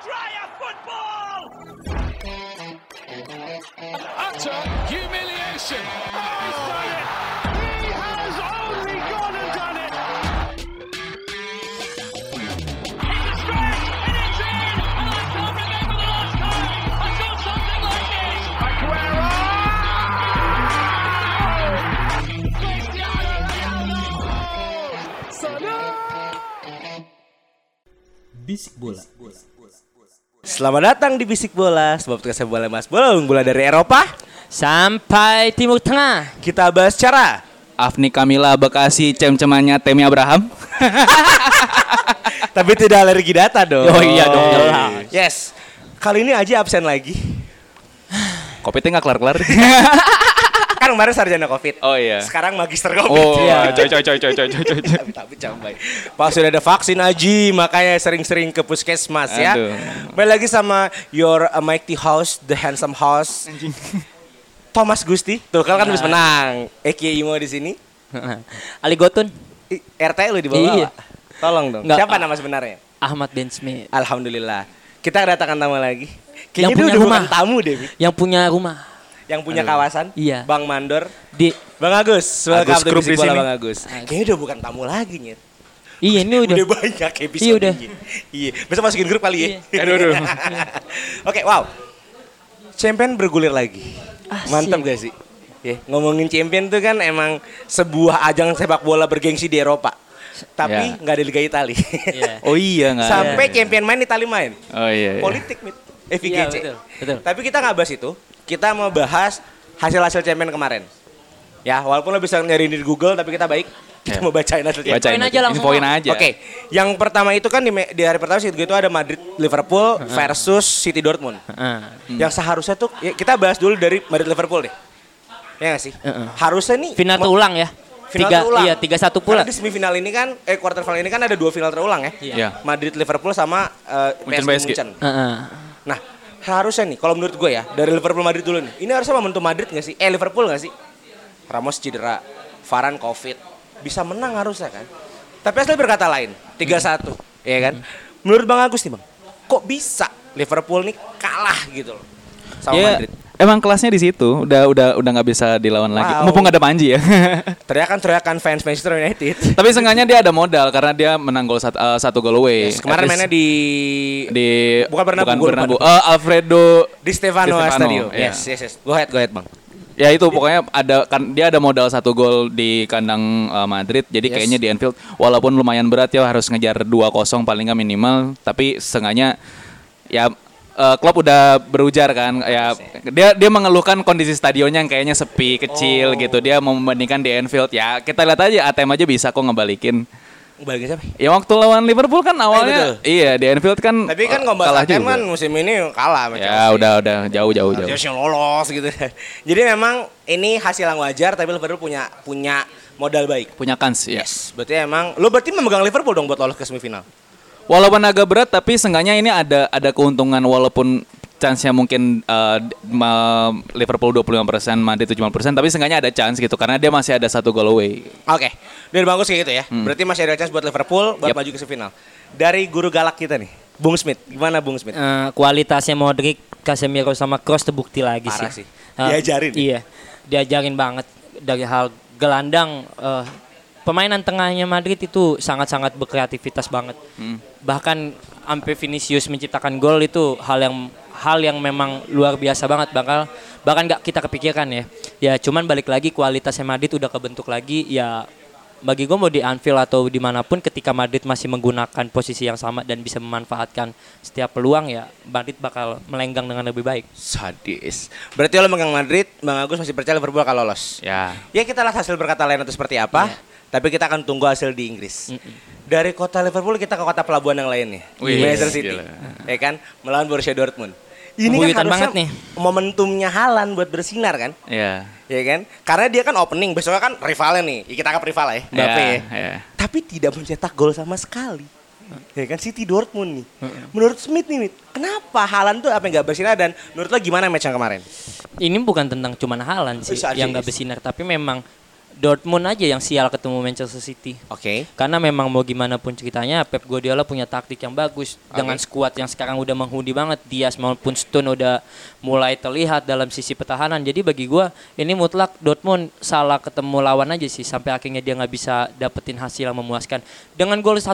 Dryer football! Utter humiliation. Oh, he's done it! He has only gone and done it! It's a stretch, and it's in! And I can't remember the last time I saw something like this! Aguero! Cristiano Ronaldo! Salah! Bisik Bola. Selamat datang di Bisik Bola, sebuah podcast bola mas bola dari Eropa Sampai Timur Tengah. kita bahas cara. Afni Kamila Bekasi cem-cemannya Temi Abraham. Tapi tidak alergi data dong. Oh iya dong, jelas. Yes. Kali ini Aji absen lagi. Kopitnya nggak kelar-kelar. Kan kemarin sarjana Covid. Oh iya. Sekarang magister Covid. Oh, Iya. coy. Tapi cambai. Pak sudah ada vaksin Aji, makanya sering-sering ke puskesmas ya. Aduh. Balik lagi sama your mighty host, the handsome host. Thomas Gusti. Tuh kan habis menang. Eki Imo di sini. Ali Gotun, RT lu di bawah. Iya. Tolong dong. Nggak. Siapa nama sebenarnya? Ahmad Ben Smith. Alhamdulillah. Kita kedatangan tamu lagi. Kayaknya Yang dia punya udah rumah. bukan tamu deh. Bi. Yang punya rumah Yang punya kawasan. Iya. Bang Mandor. di Bang Agus. Welcome to Group Bisik di Bola sini. Bang Agus. Kayaknya udah bukan tamu lagi Nyet. Iya ini udah. Udah banyak episode. Iya, udah. Iya. Besok masukin grup kali ya. Iya. Aduh. Oke, wow. Champion bergulir lagi. Asik. Mantap gak sih? Ya, ngomongin champion tuh kan emang sebuah ajang sepak bola bergengsi di Eropa. Tapi Ya. nggak ada Liga Italia. Iya. Oh iya nggak. Sampai Iya. champion main Italia main. Oh iya. Politik mit. Iya, FIGC. betul. Tapi kita nggak bahas itu. Kita mau bahas hasil-hasil champion kemarin. Ya, walaupun lo bisa nyari di Google, tapi kita baik. Kita Ya. mau bacain hasil champion. Bacain aja langsung. Infoin aja. Oke, yang pertama itu kan di hari pertama itu ada Madrid Liverpool versus City Dortmund. Yang seharusnya tuh ya, kita bahas dulu dari Madrid Liverpool deh. Ya nggak sih? Harusnya nih Final terulang ya. final terulang. Iya 3-1 pula. Karena di semifinal ini kan quarter final ini kan ada 2 final terulang ya. Iya. Ya. Madrid Liverpool sama Munchen PSG PSG. Munchen. Heeh. Nah, harusnya nih kalau menurut gue ya dari Liverpool Madrid dulu nih. Ini harusnya momentum Madrid nggak sih? Liverpool nggak sih? Ramos cedera, Varane Covid, bisa menang harusnya kan. Tapi hasilnya berkata lain, 3-1, ya kan? Menurut Bang Agus nih Bang, kok bisa Liverpool nih kalah gitu loh sama Ya, Madrid? emang kelasnya di situ. Udah nggak bisa dilawan lagi. Wow. Mumpung nggak ada Panji ya. Teriakan fans Manchester United. Tapi seenggaknya dia ada modal karena dia menang gol satu gol away. Yes, kemarin At least mainnya di bukan Bernabeu, Bernabeu. lupa. Alfredo Di Stefano Di Stefano, Stadium. iya. Yes. Go ahead Bang. Ya itu pokoknya dia ada modal 1 gol di kandang Madrid. Jadi Yes. kayaknya di Anfield walaupun lumayan berat ya harus ngejar 2-0 paling nggak minimal, tapi seenggaknya ya Klopp udah berujar kan ya dia mengeluhkan kondisi stadionnya yang kayaknya sepi kecil gitu. Dia mau membandingkan di Anfield ya kita lihat aja ATM aja bisa kok ngebalikin. Balikin siapa? Ya waktu lawan Liverpool kan awalnya betul. iya di Anfield kan Tapi kan Kombat kalah ATM juga. kan musim ini kalah sama Ya Chelsea. udah jauh. Harusnya lolos gitu. Jadi memang ini hasil yang wajar tapi Liverpool punya modal baik. Punya kans ya. Yes, berarti emang lo berarti memegang Liverpool dong buat lolos ke semifinal. Walaupun agak berat tapi seenggaknya ini ada keuntungan walaupun chance-nya mungkin Liverpool 25%, Madrid 70%, tapi seenggaknya ada chance gitu karena dia masih ada 1 gol away. Oke. Dari bagus kayak gitu ya. Berarti masih ada chance buat Liverpool buat Yep. maju ke semifinal. Dari guru galak kita nih, Bung Smith. Gimana Bung Smith? Kualitasnya Modric, Casemiro sama Kroos terbukti lagi Parah sih. sih. Diajarin. Iya, diajarin banget dari hal gelandang. Permainan tengahnya Madrid itu sangat-sangat berkreativitas banget. Bahkan sampai Vinicius menciptakan gol itu hal yang memang luar biasa banget. Bahkan nggak kita kepikirkan ya. Ya cuman balik lagi kualitasnya Madrid udah kebentuk lagi ya. Bagi gue mau di Anfield atau dimanapun ketika Madrid masih menggunakan posisi yang sama dan bisa memanfaatkan setiap peluang ya Madrid bakal melenggang dengan lebih baik. Sadis. Berarti lo megang Madrid, Bang Agus masih percaya Liverpool akan lolos. Ya. Ya kita lihat hasil berkata lain itu seperti apa. Tapi kita akan tunggu hasil di Inggris. Dari kota Liverpool kita ke kota pelabuhan yang lainnya. Wih, Manchester City. gila. Ya kan? Melawan Borussia Dortmund. Ini kan Buyutan harusnya banget nih. momentumnya Haaland buat bersinar kan? Ya. Ya kan? Karena dia kan opening, besoknya kan rivalnya nih. Ya, kita anggap rival ya, Mbappe ya. Ya. Tapi tidak mencetak gol sama sekali. Ya kan City Dortmund nih. Menurut Smith nih, kenapa Haaland tuh apa yang nggak bersinar dan menurut lo gimana match yang kemarin? Ini bukan tentang cuman Haaland sih Bisa aja, yang nggak yes. bersinar, tapi memang Dortmund aja yang sial ketemu Manchester City. Oke. Karena memang mau gimana pun ceritanya Pep Guardiola punya taktik yang bagus dengan skuad yang sekarang udah menghuni banget. Diaz maupun Stone udah mulai terlihat dalam sisi pertahanan. Jadi bagi gua ini mutlak Dortmund salah ketemu lawan aja sih sampai akhirnya dia nggak bisa dapetin hasil yang memuaskan. Dengan gol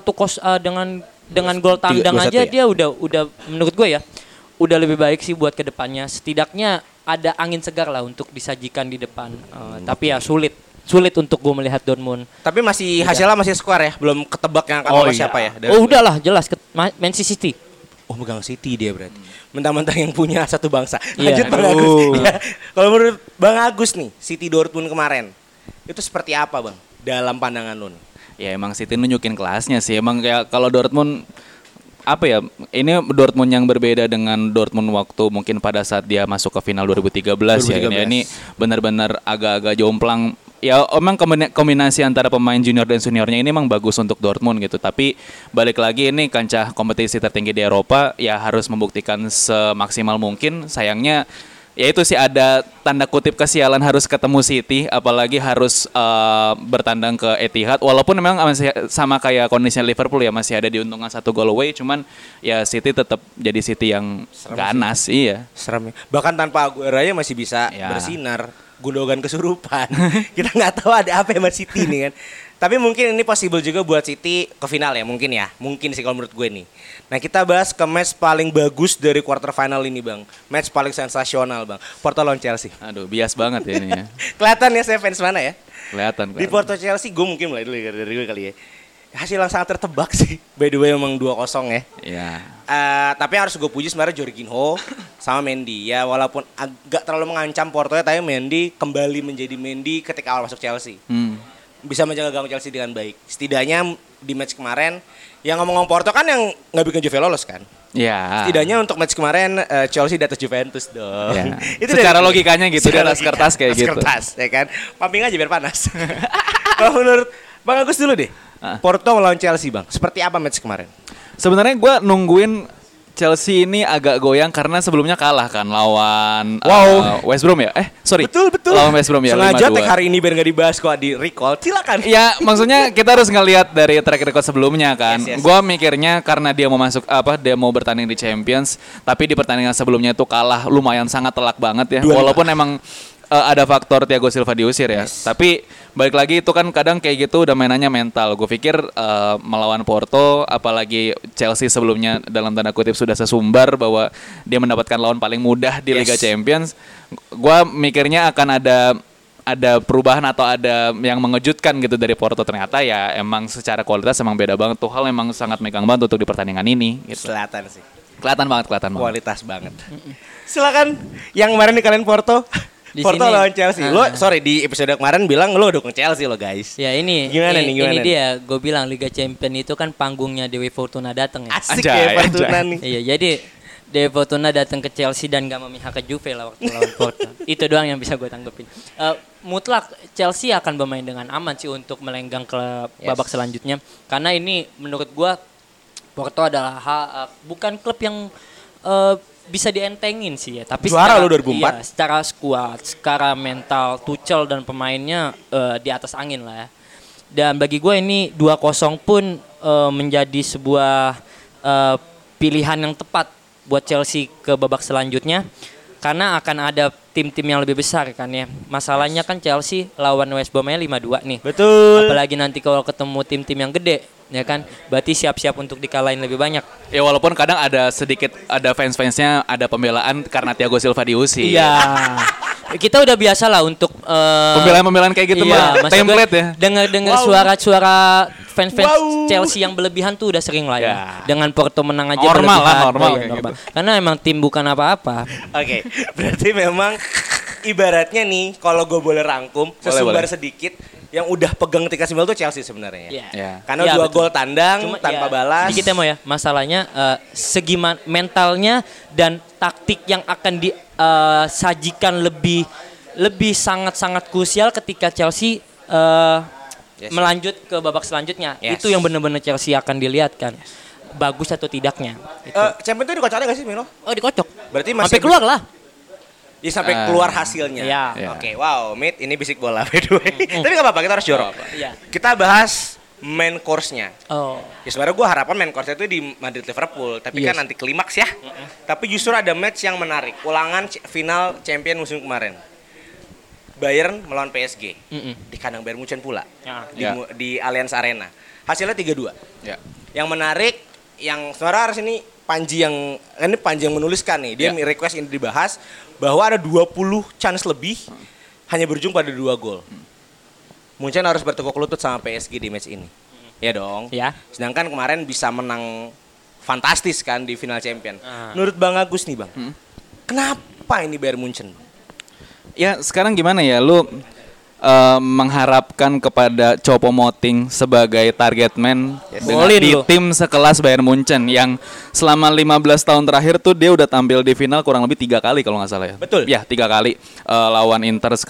dengan gol tandang 3-2-1 aja ya? dia udah menurut gua ya udah lebih baik sih buat kedepannya. Setidaknya ada angin segar lah untuk disajikan di depan. Tapi ya sulit untuk gue melihat Dortmund. Tapi masih hasilnya masih square ya, belum ketebak yang akan lolos siapa ya? Oh udahlah jelas Man City. Oh megang City dia berarti. Mentang-mentang yang punya satu bangsa. Iya. Lanjut Bang Agus. Ya, kalau menurut Bang Agus nih, City Dortmund kemarin itu seperti apa Bang? Dalam pandangan lu nih? Ya emang City nunjukin kelasnya sih. Emang kayak kalau Dortmund apa ya, ini Dortmund yang berbeda dengan Dortmund waktu mungkin pada saat dia masuk ke final 2013 ya. Ini benar-benar agak-agak jomplang. Ya emang kombinasi antara pemain junior dan seniornya ini emang bagus untuk Dortmund gitu. Tapi balik lagi ini kancah kompetisi tertinggi di Eropa, ya harus membuktikan semaksimal mungkin. Sayangnya ya itu sih ada tanda kutip kesialan harus ketemu City, apalagi harus bertandang ke Etihad. Walaupun memang masih sama kayak kondisinya Liverpool ya, masih ada diuntungkan 1 gol away, cuman ya City tetap jadi City yang ganas sih. Iya. Serem ya. Bahkan tanpa Aguero aja masih bisa bersinar. Gundogan kesurupan. Kita nggak tahu ada apa sama City nih kan. Tapi mungkin ini possible juga buat City ke final ya, mungkin ya. Mungkin sih kalau menurut gue nih. Nah kita bahas ke match paling bagus dari quarter final ini Bang. Match paling sensasional Bang. Porto lawan Chelsea. Aduh, bias banget ya ini ya. Kelihatan ya saya fans mana ya? Kelihatan. Di Porto Chelsea gue mungkin mulai dulu dari gue kali ya. Hasil yang sangat tertebak sih. By the way emang 2-0 ya. Iya. Tapi harus gue puji sebenarnya Jorginho sama Mendy ya, walaupun agak terlalu mengancam Porto ya, tapi Mendy kembali menjadi Mendy ketika awal masuk Chelsea. Bisa menjaga gawang Chelsea dengan baik. Setidaknya di match kemarin yang ngomong-ngomong Porto kan yang nggak bikin Juve lolos kan. Ya. Setidaknya untuk match kemarin Chelsea di atas Juventus dong. Ya. Itu secara logikanya gitu, di atas kertas kayak gitu. Kertas ya kan. Pumping aja biar panas. Kalau menurut Bang Agus dulu deh. Porto melawan Chelsea Bang. Seperti apa match kemarin? Sebenarnya gue nungguin Chelsea ini agak goyang karena sebelumnya kalah kan lawan West Brom ya? Betul. Lawan West Brom ya. Sengaja tag hari ini biar nggak dibahas kok di recall. Silakan. Ya maksudnya kita harus ngelihat dari track record sebelumnya kan. Yes. Gue mikirnya karena dia mau masuk dia mau bertanding di Champions, tapi di pertandingan sebelumnya itu kalah lumayan sangat telak banget ya. 2-5. Walaupun emang ada faktor Thiago Silva diusir ya. Tapi balik lagi itu kan kadang kayak gitu udah mainannya mental. Gue pikir melawan Porto, apalagi Chelsea sebelumnya dalam tanda kutip sudah sesumbar bahwa dia mendapatkan lawan paling mudah di Liga Champions. Gue mikirnya akan ada perubahan atau ada yang mengejutkan gitu dari Porto. Ternyata ya emang secara kualitas emang beda banget. Tuchel emang sangat megang banget untuk di pertandingan ini. Gitu. Kelihatan sih. Kelihatan banget. Kualitas banget. Silakan yang kemarin nih kalian Porto. Di Porto sini, lawan Chelsea. Lo di episode kemarin bilang lo dukung Chelsea lo guys. Ya ini Gimana dia gue bilang Liga Champions itu kan panggungnya Dewi Fortuna datang ya. Asik ya Fortuna nih. Iya jadi Dewi Fortuna datang ke Chelsea dan gak memihak ke Juve lah waktu lawan Porto. Itu doang yang bisa gue tanggepin. Mutlak Chelsea akan bermain dengan aman sih untuk melenggang ke babak selanjutnya. Karena ini menurut gue Porto adalah bukan klub yang bisa dientengin sih ya, tapi juara secara, lo 2004. Iya, secara skuad, secara mental, Tuchel dan pemainnya di atas angin lah ya. Dan bagi gue ini 2-0 pun menjadi sebuah pilihan yang tepat buat Chelsea ke babak selanjutnya. Karena akan ada tim-tim yang lebih besar kan ya. Masalahnya kan Chelsea lawan West Bromnya 5-2 nih. Betul. Apalagi nanti kalau ketemu tim-tim yang gede, ya kan? Berarti siap-siap untuk dikalahin lebih banyak. Ya walaupun kadang ada fans-fansnya ada pembelaan karena Thiago Silva diusir. Iya. Kita udah biasa lah untuk pembelaan kayak gitu mah template ya. Dengar suara-suara fans Chelsea yang berlebihan tuh udah sering lah ya. Dengan Porto menang aja normal gitu. Karena emang tim bukan apa-apa. Oke, berarti memang ibaratnya nih kalau gue boleh rangkum sesumbar sedikit yang udah pegang tiket sembilan tuh Chelsea sebenarnya. Yeah. Karena 2 gol tandang tanpa balas. Sedikit ya mau ya, masalahnya segi mentalnya dan taktik yang akan disajikan lebih sangat-sangat krusial ketika Chelsea melanjut ke babak selanjutnya. Itu yang benar-benar Chelsea akan dilihatkan. Bagus atau tidaknya. Champion itu dikocoknya gak sih Milo? Oh dikocok. Berarti masih sampai keluar lah. Ya sampai keluar hasilnya. Iya. Iya. Oke, wow, Mit, ini bisik bola by the way. Tapi gak apa-apa, kita harus jorok. Iya. Kita bahas main course-nya. Oh. Ya sebenarnya gue harapan main course-nya itu di Madrid Liverpool, tapi kan Yes. nanti klimaks ya. Tapi justru ada match yang menarik, ulangan final champion musim kemarin. Bayern melawan PSG di kandang Bayern Munchen pula, Ya. di Allianz Arena. Hasilnya 3-2. Ya. Yang menarik, yang sebenarnya harus ini Panji yang menuliskan nih, dia Ya. request ini dibahas bahwa ada 20 chance lebih hanya berujung pada 2 gol. Munchen harus bertekuk lutut sama PSG di match ini. Ya dong. Ya. Sedangkan kemarin bisa menang fantastis kan di final champion. Ah. Menurut Bang Agus nih Bang, kenapa ini Bayern Munchen? Ya sekarang gimana ya lu mengharapkan kepada Choupo-Moting sebagai target man Bolin di lu. tim sekelas Bayern Munchen yang selama 15 tahun terakhir tuh dia udah tampil di final kurang lebih 3 kali kalau nggak salah ya. Betul. Ya 3 kali. Lawan Inter,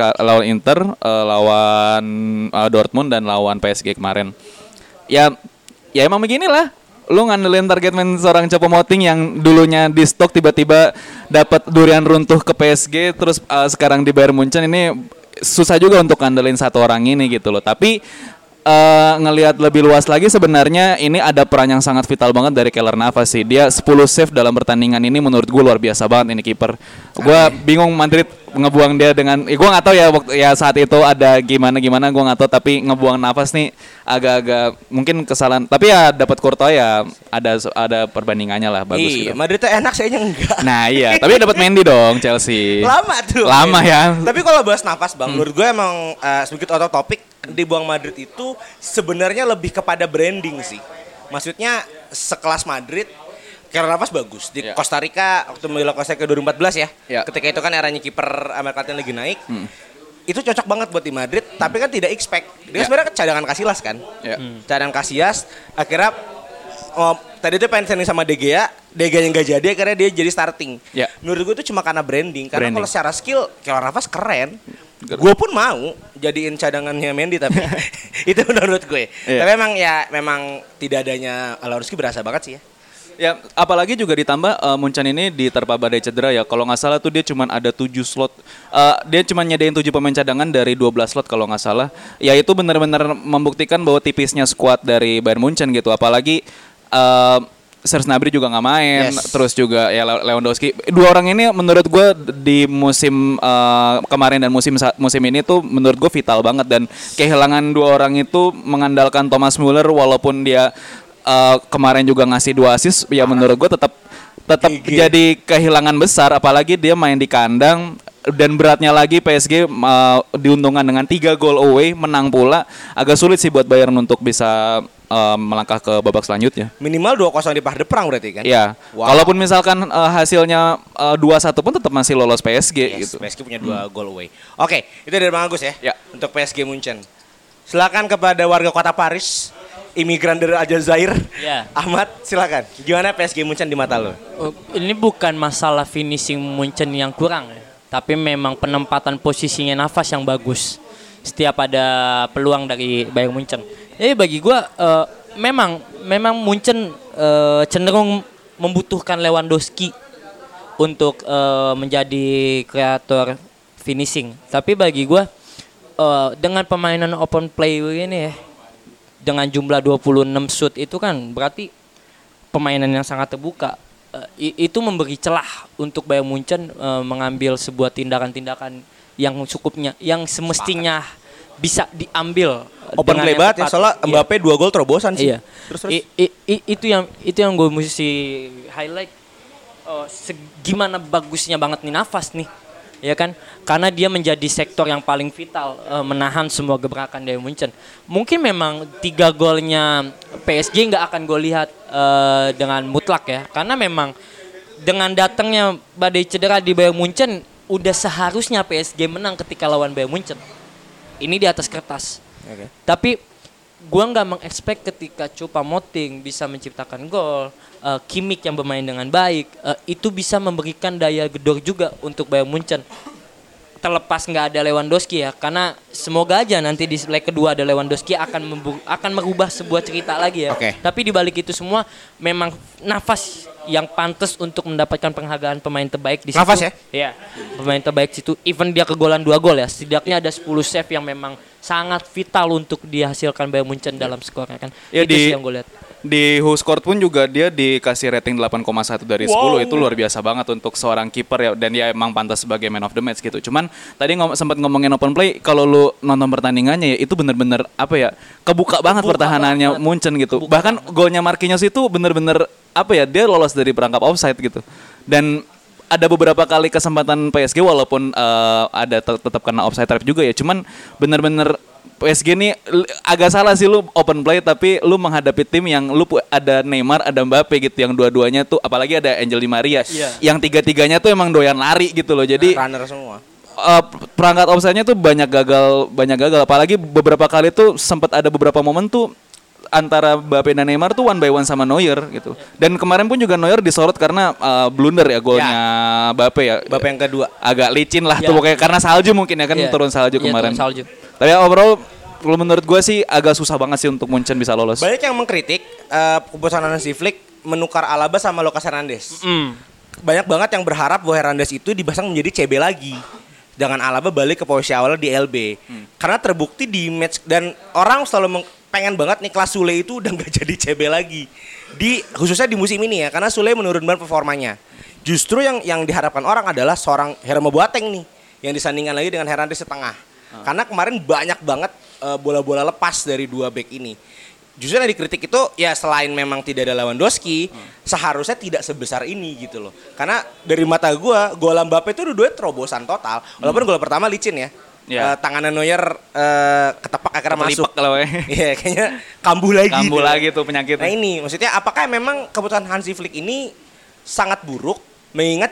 lawan Dortmund dan lawan PSG kemarin. Ya emang beginilah. Lu ngandelin target man seorang Choupo-Moting yang dulunya di stok tiba-tiba dapat durian runtuh ke PSG terus sekarang di Bayern Munchen ini susah juga untuk ngandelin satu orang ini gitu loh. Tapi ngelihat lebih luas lagi sebenarnya ini ada peran yang sangat vital banget dari Keylor Navas sih. Dia 10 save dalam pertandingan ini menurut gue luar biasa banget ini kiper. Gue bingung Madrid ngebuang dia dengan gue nggak tahu ya waktu ya saat itu ada gimana gue nggak tahu, tapi ngebuang Navas nih agak-agak mungkin kesalahan. Tapi ya dapat Courtois ya ada perbandingangannya lah, bagus Iya, gitu. Madrid tuh enak, sayanya enggak. Nah iya, tapi dapat Mendy dong Chelsea. Lama tuh. Lama ya. Tapi kalau bahas nafas Bang, menurut gue emang sedikit out of topic, dibuang Madrid itu sebenarnya lebih kepada branding sih. Maksudnya sekelas Madrid, Keylor Navas bagus di Ya. Costa Rica waktu membela Costa Rica 2014 ya. Ya. Ketika itu kan eranya kiper Amerika Latin lagi naik. Itu cocok banget buat di Madrid, tapi kan tidak expect. Dia Ya. sebenarnya cadangan Casillas kan. Ya. Cadangan Casillas akhirnya tadi tuh pengen signing sama De Gea yang gak jadi, akhirnya dia jadi starting. Ya. Menurut gue itu cuma karena branding. Karena Branding. kalau secara skill, Keylor Navas keren. Gue pun mau jadiin cadangannya Mendy tapi itu menurut gue. Iya. Tapi memang tidak adanya Lewandowski berasa banget sih ya. Ya, apalagi juga ditambah Munchen ini diterpa badai cedera ya. Kalau nggak salah tuh dia cuma ada 7 slot. Dia cuma nyediain 7 pemain cadangan dari 12 slot kalau nggak salah. Ya itu benar-benar membuktikan bahwa tipisnya skuad dari Bayern Munchen gitu. Apalagi Serge Gnabry juga nggak main. Yes. Terus juga ya Lewandowski. Dua orang ini menurut gue di musim kemarin dan musim ini tuh menurut gue vital banget. Dan kehilangan dua orang itu mengandalkan Thomas Müller walaupun dia kemarin juga ngasih 2 assist, ya menurut gue tetap jadi kehilangan besar, apalagi dia main di kandang dan beratnya lagi PSG diuntungkan dengan 3 gol away, menang pula. Agak sulit sih buat Bayern untuk bisa melangkah ke babak selanjutnya. Minimal 2-0 di Parc des Princes berarti kan? Iya. Wow. Kalaupun misalkan hasilnya 2-1 pun tetap masih lolos PSG Yes, gitu. PSG punya 2 gol away. Oke, itu dari Bang Agus ya. Ya. Untuk PSG Munchen. Silakan kepada warga kota Paris, imigran dari Aljazair. Ya. Ahmad, silakan. Gimana PSG Munchen di mata lo? Ini bukan masalah finishing Munchen yang kurang ya, tapi memang penempatan posisinya Navas yang bagus. Setiap ada peluang dari Bayern Munchen. Jadi bagi gua memang Munchen cenderung membutuhkan Lewandowski untuk menjadi kreator finishing. Tapi bagi gua dengan permainan open play ini ya, dengan jumlah 26 shoot itu kan berarti permainan yang sangat terbuka. Itu memberi celah untuk Bayern Munchen mengambil sebuah tindakan-tindakan yang cukupnya, yang semestinya bisa diambil Open dengan play yang banget ya, tepat. soalnya Iya. Mbappe 2 gol terobosan sih. Iya. Terus. Itu yang gue mesti highlight. Gimana bagusnya banget nih Navas nih, ya kan? Karena dia menjadi sektor yang paling vital menahan semua gebrakan dari Munchen. Mungkin memang 3 golnya PSG nggak akan gue lihat dengan mutlak ya, karena memang dengan datangnya badai cedera di Bayern Munchen udah seharusnya PSG menang ketika lawan Bayern Munchen. Ini di atas kertas. Oke. Tapi gua nggak mengekspek ketika Choupo-Moting bisa menciptakan gol, Kimmich yang bermain dengan baik, itu bisa memberikan daya gedor juga untuk Bayern Munchen. terlepas nggak ada Lewandowski ya, karena semoga aja nanti di leg kedua ada Lewandowski akan merubah sebuah cerita lagi ya. Oke. Tapi di balik itu semua memang nafas yang pantas untuk mendapatkan penghargaan pemain terbaik di situ. Nafas ya? Iya, pemain terbaik situ. Even dia kegolan 2 gol ya, setidaknya ada 10 save yang memang sangat vital untuk dihasilkan Bayern Munchen dalam skornya kan. Ya, itu sih yang gue lihat. Di WhoScored pun juga dia dikasih rating 8,1 dari 10. Itu luar biasa banget untuk seorang kiper ya, dan dia emang pantas sebagai man of the match gitu. Cuman tadi sempat ngomongin open play, kalau lu nonton pertandingannya ya itu bener-bener apa ya, kebuka banget pertahanannya Munchen gitu. Bahkan golnya Marquinhos itu bener-bener apa ya, dia lolos dari perangkap offside gitu. Dan ada beberapa kali kesempatan PSG walaupun ada tetap kena offside trap juga ya. Cuman bener-bener PSG nih agak salah sih lu open play tapi lu menghadapi tim yang lu ada Neymar, ada Mbappe gitu, yang dua-duanya tuh apalagi ada Angel Di Maria yang tiga-tiganya tuh emang doyan lari gitu loh. Jadi Runner semua. Perangkat offside-nya tuh banyak gagal apalagi beberapa kali tuh sempat ada beberapa momen tuh antara Mbappe dan Neymar tuh one by one sama Neuer gitu. Dan kemarin pun juga Neuer disorot karena blunder ya golnya Mbappe ya. Mbappe yang kedua. Agak licin lah tuh pokoknya karena salju mungkin ya kan, turun salju kemarin. Turun salju. Tapi overall kalau menurut gue sih agak susah banget sih untuk Munchen bisa lolos. Banyak yang mengkritik keputusan Hansi Flick menukar Alaba sama Lucas Hernandez. Banyak banget yang berharap bahwa Hernandez itu dipasang menjadi CB lagi. Dengan Alaba balik ke posisi awalnya di LB. Karena terbukti di match, dan orang selalu pengen banget Niklas Sule itu udah gak jadi CB lagi. Khususnya di musim ini ya, karena Sule menurun banget performanya. Justru yang diharapkan orang adalah seorang Jerome Boateng nih, yang disandingkan lagi dengan Hernandez setengah. Karena kemarin banyak banget bola-bola lepas dari dua back ini. Justru yang dikritik itu ya selain memang tidak ada Lewandowski, seharusnya tidak sebesar ini gitu loh. Karena dari mata gue, gol Mbappe itu dua-duanya terobosan total. Walaupun gol pertama licin ya. Tangannya Neuer ketepak akhirnya masuk. Iya, kayaknya kambuh lagi. Kambuh lagi tuh penyakitnya. Nah ini maksudnya apakah memang keputusan Hansi Flick ini sangat buruk, mengingat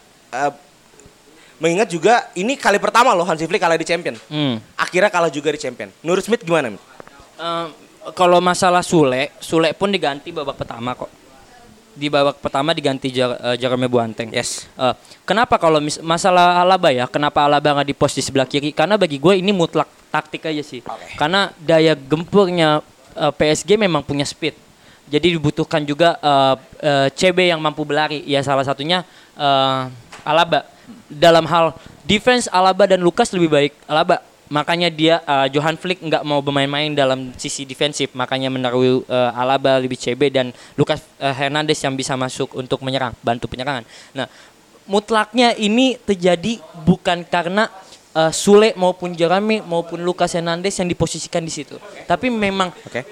juga ini kali pertama loh Hansi Flick kalah di Champion. Akhirnya kalah juga di Champion. Menurut Smith gimana? Kalau masalah Sule pun diganti babak pertama kok. Di babak pertama diganti Jerome Boateng. Yes. Kenapa kalau masalah Alaba ya? Kenapa Alaba nggak di pos di sebelah kiri? Karena bagi gue ini mutlak taktik aja sih. Okay. Karena daya gempurnya PSG memang punya speed. Jadi dibutuhkan juga CB yang mampu berlari. Ya salah satunya Alaba. Dalam hal defense Alaba dan Lucas lebih baik Alaba. Makanya dia Johan Flick nggak mau bermain-main dalam sisi defensif, makanya menaruh Alaba lebih CB dan Lucas Hernandez yang bisa masuk untuk menyerang, bantu penyerangan. Nah, mutlaknya ini terjadi bukan karena Sule maupun Jerome maupun Lucas Hernandez yang diposisikan di situ, tapi memang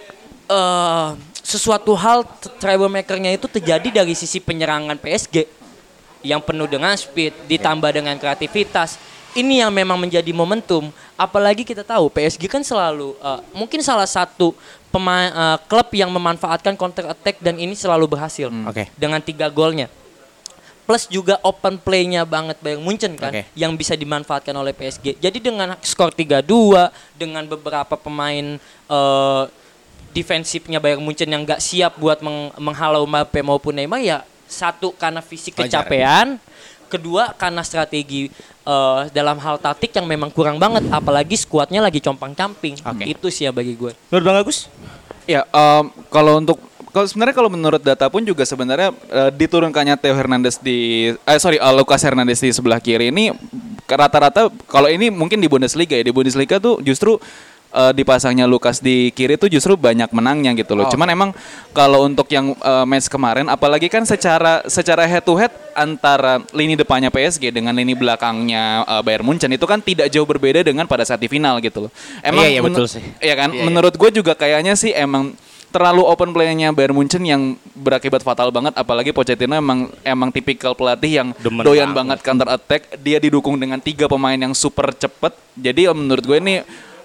sesuatu hal troublemaker-nya itu terjadi dari sisi penyerangan PSG yang penuh dengan speed ditambah dengan kreativitas. Ini yang memang menjadi momentum, apalagi kita tahu PSG kan selalu mungkin salah satu klub yang memanfaatkan counter attack dan ini selalu berhasil dengan 3 golnya. Plus juga open play-nya banget Bayern Munchen kan yang bisa dimanfaatkan oleh PSG. Jadi dengan skor 3-2 dengan beberapa pemain defensifnya Bayern Munchen yang gak siap buat menghalau Mbappe maupun Neymar, ya satu karena fisik kecapean, kedua karena strategi dalam hal taktik yang memang kurang banget, apalagi skuadnya lagi compang-camping. Itu sih ya bagi gue. Menurut Bang Agus? Ya, kalau sebenarnya kalau menurut data pun juga sebenarnya diturunkannya Lucas Hernandez di sebelah kiri ini rata-rata kalau ini mungkin di Bundesliga ya, di Bundesliga tuh justru dipasangnya Lucas di kiri tuh justru banyak menangnya gitu loh. Cuman emang kalau untuk yang match kemarin, apalagi kan secara head to head antara lini depannya PSG dengan lini belakangnya Bayern Munchen itu kan tidak jauh berbeda dengan pada saat di final gitu loh. Emang iya betul sih. Iya kan? Menurut gue juga kayaknya sih emang terlalu open play-nya Bayern Munchen yang berakibat fatal banget, apalagi Pochettino emang tipikal pelatih yang doyan banget counter attack. Dia didukung dengan 3 pemain yang super cepet. Jadi menurut gue ini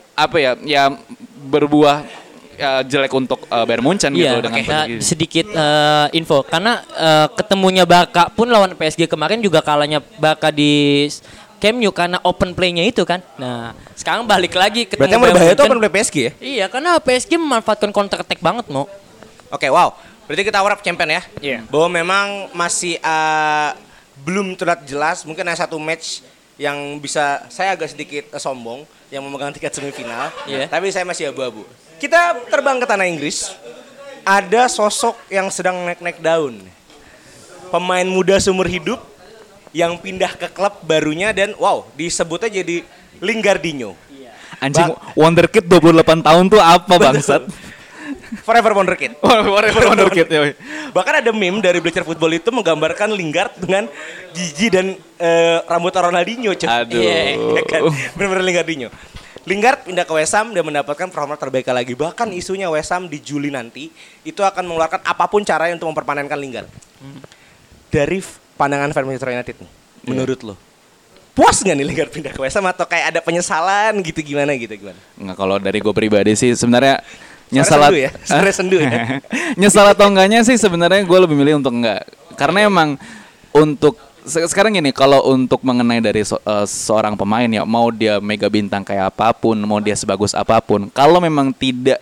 berbuah jelek untuk Bayern Munchen gitu dengan sedikit info karena ketemunya Barca pun lawan PSG kemarin juga kalahnya Barca di Camp Nou karena open play-nya itu kan. Nah, sekarang balik lagi ketemu. Berarti yang berbahaya itu open play PSG ya? Iya, karena PSG memanfaatkan counter attack banget mau. Wow. Berarti kita wrap champion ya? Iya. Bahwa memang masih belum terlihat jelas, mungkin ada satu match yang bisa saya agak sedikit sombong yang memegang tiket semifinal, Iya. tapi saya masih abu-abu. Kita terbang ke tanah Inggris. Ada sosok yang sedang naik-naik daun. Pemain muda seumur hidup yang pindah ke klub barunya dan wow, disebutnya jadi Lingardinho. Anjing, wonderkid 28 tahun tuh apa bangsat? Forever wonderkid. Forever wonderkid ya. Bahkan ada meme dari Bleacher Football itu menggambarkan Lingard dengan gigi dan rambut Ronaldinho. Cuy. Aduh. Iya kan? Bener-bener Lingardinho. Lingard pindah ke West Ham dan mendapatkan performa terbaik lagi. Bahkan isunya West Ham di Juli nanti itu akan mengeluarkan apapun caranya untuk memperpanenkan Lingard. Dari pandangan fan Manchester United nih, menurut lo puas nggak nih Lingard pindah ke West Ham atau kayak ada penyesalan gitu gimana? Nggak, kalau dari gue pribadi sih sebenarnya Suara sendu ya. Nyesal atau enggaknya sih sebenarnya gue lebih milih untuk enggak. Karena emang untuk sekarang gini, kalau untuk mengenai dari seorang pemain ya, mau dia mega bintang kayak apapun, mau dia sebagus apapun, kalau memang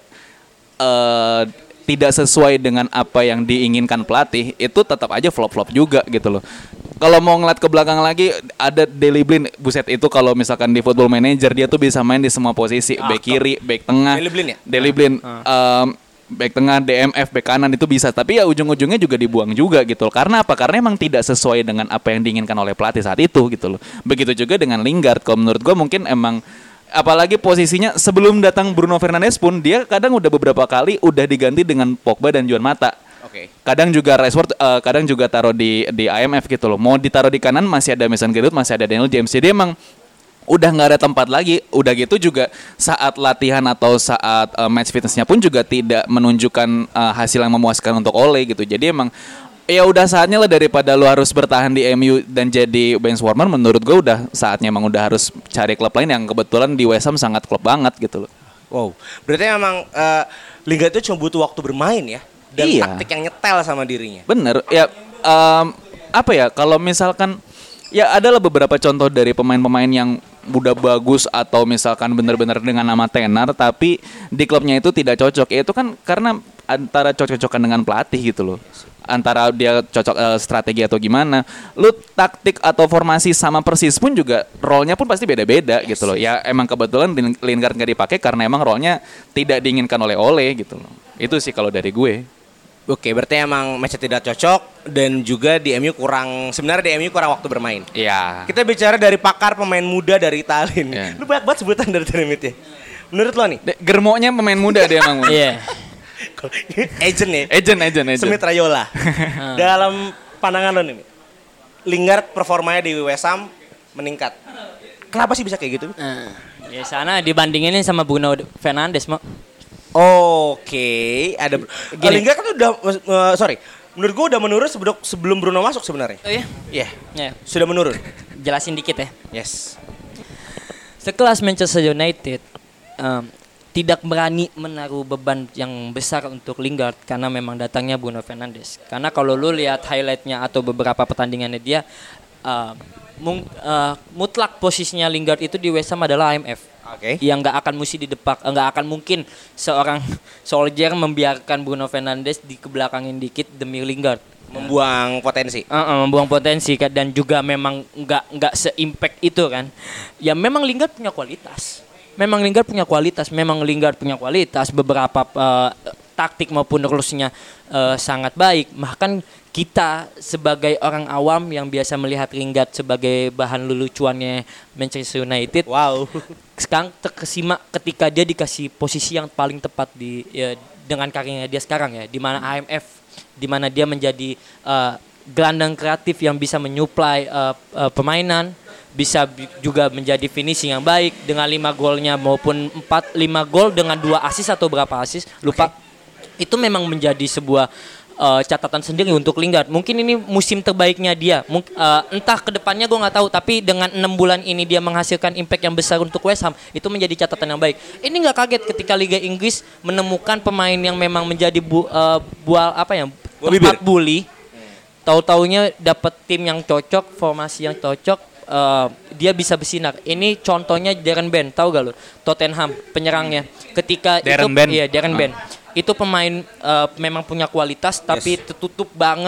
tidak sesuai dengan apa yang diinginkan pelatih, itu tetap aja flop-flop juga gitu loh. Kalau mau ngeliat ke belakang lagi, ada Daley Blind, buset itu kalau misalkan di Football Manager dia tuh bisa main di semua posisi, back kiri, back tengah. Daley Blind ya? Daley Blind, back tengah, DMF, back kanan itu bisa, tapi ya ujung-ujungnya juga dibuang juga gitu loh. Karena apa? Karena emang tidak sesuai dengan apa yang diinginkan oleh pelatih saat itu gitu loh. Begitu juga dengan Lingard, kalau menurut gue mungkin emang apalagi posisinya sebelum datang Bruno Fernandes pun dia kadang udah beberapa kali udah diganti dengan Pogba dan Juan Mata. Oke. Kadang juga Rashford, kadang juga taruh di IMF gitu loh. Mau ditaruh di kanan masih ada Mason Greenwood, masih ada Daniel James. Jadi emang udah nggak ada tempat lagi. Udah gitu juga saat latihan atau saat match fitnessnya pun juga tidak menunjukkan hasil yang memuaskan untuk Ole gitu. Jadi emang ya udah saatnya lah, daripada lu harus bertahan di MU dan jadi bench warmer, menurut gue udah saatnya emang udah harus cari klub lain yang kebetulan di West Ham sangat klub banget gitu loh. Wow, berarti memang Lingard itu cuma butuh waktu bermain ya, dan Iya. taktik yang nyetel sama dirinya. Bener ya, apa ya, kalau misalkan ya adalah beberapa contoh dari pemain-pemain yang udah bagus atau misalkan benar-benar dengan nama tenar tapi di klubnya itu tidak cocok. Ya itu kan karena antara cocok-cocokan dengan pelatih gitu loh. Antara dia cocok strategi atau gimana. Lu taktik atau formasi sama persis pun juga role-nya pun pasti beda-beda gitu loh. Ya emang kebetulan Lingard nggak dipakai karena emang role-nya tidak diinginkan oleh Ole gitu loh. Itu sih kalau dari gue. Oke, berarti emang match tidak cocok dan juga di MU sebenarnya di MU kurang waktu bermain. Iya. Kita bicara dari pakar pemain muda dari Italia nih. Iya. Lu banyak banget sebutan dari Tremit ya. Menurut lo nih? Germonya pemain muda dia emang. Iya. Agent ya? Agent. Smith Raiola. Dalam pandangan lo nih, Lingard performanya di West Ham meningkat. Kenapa sih bisa kayak gitu? Ya sana dibandingin sama Bruno Fernandes, Mak. Oke, ada Gini. Lingard kan udah menurut gua udah menurun sebelum Bruno masuk sebenarnya. Oh iya? Iya, Ya, sudah menurun. jelasin dikit ya. Yes. Sekelas Manchester United tidak berani menaruh beban yang besar untuk Lingard karena memang datangnya Bruno Fernandes. Karena kalau lu lihat highlightnya atau beberapa pertandingannya dia, mutlak posisinya Lingard itu di West Ham adalah IMF. Oke. Yang nggak akan mesti didepak, nggak akan mungkin seorang Solskjaer membiarkan Bruno Fernandes dikebelakangin dikit demi Lingard. Membuang potensi. Membuang potensi kan, dan juga memang nggak se-impact itu kan. Ya memang Lingard punya kualitas. Memang Lingard punya kualitas. Beberapa taktik maupun rulesnya sangat baik. Bahkan kita sebagai orang awam yang biasa melihat Lingard sebagai bahan lelucuannya Manchester United, Wow. sekarang terkesima ketika dia dikasih posisi yang paling tepat dengan karirnya dia sekarang ya, di mana IMF, di mana dia menjadi gelandang kreatif yang bisa menyuplai permainan, bisa juga menjadi finishing yang baik dengan 5 golnya maupun 5 gol dengan 2 assist atau berapa assist lupa. Itu memang menjadi sebuah catatan sendiri untuk Lingard. Mungkin ini musim terbaiknya dia. Entah kedepannya gue nggak tahu. Tapi dengan 6 bulan ini dia menghasilkan impact yang besar untuk West Ham. Itu menjadi catatan yang baik. Ini nggak kaget ketika Liga Inggris menemukan pemain yang memang menjadi tempat bully. Tahu-taunya dapat tim yang cocok, formasi yang cocok. Dia bisa bersinar. Ini contohnya Darren Bent, tahu gak lo? Tottenham penyerangnya. Ketika Darren Bent. Iya, Darren Bent. Itu pemain memang punya kualitas tapi tertutup banget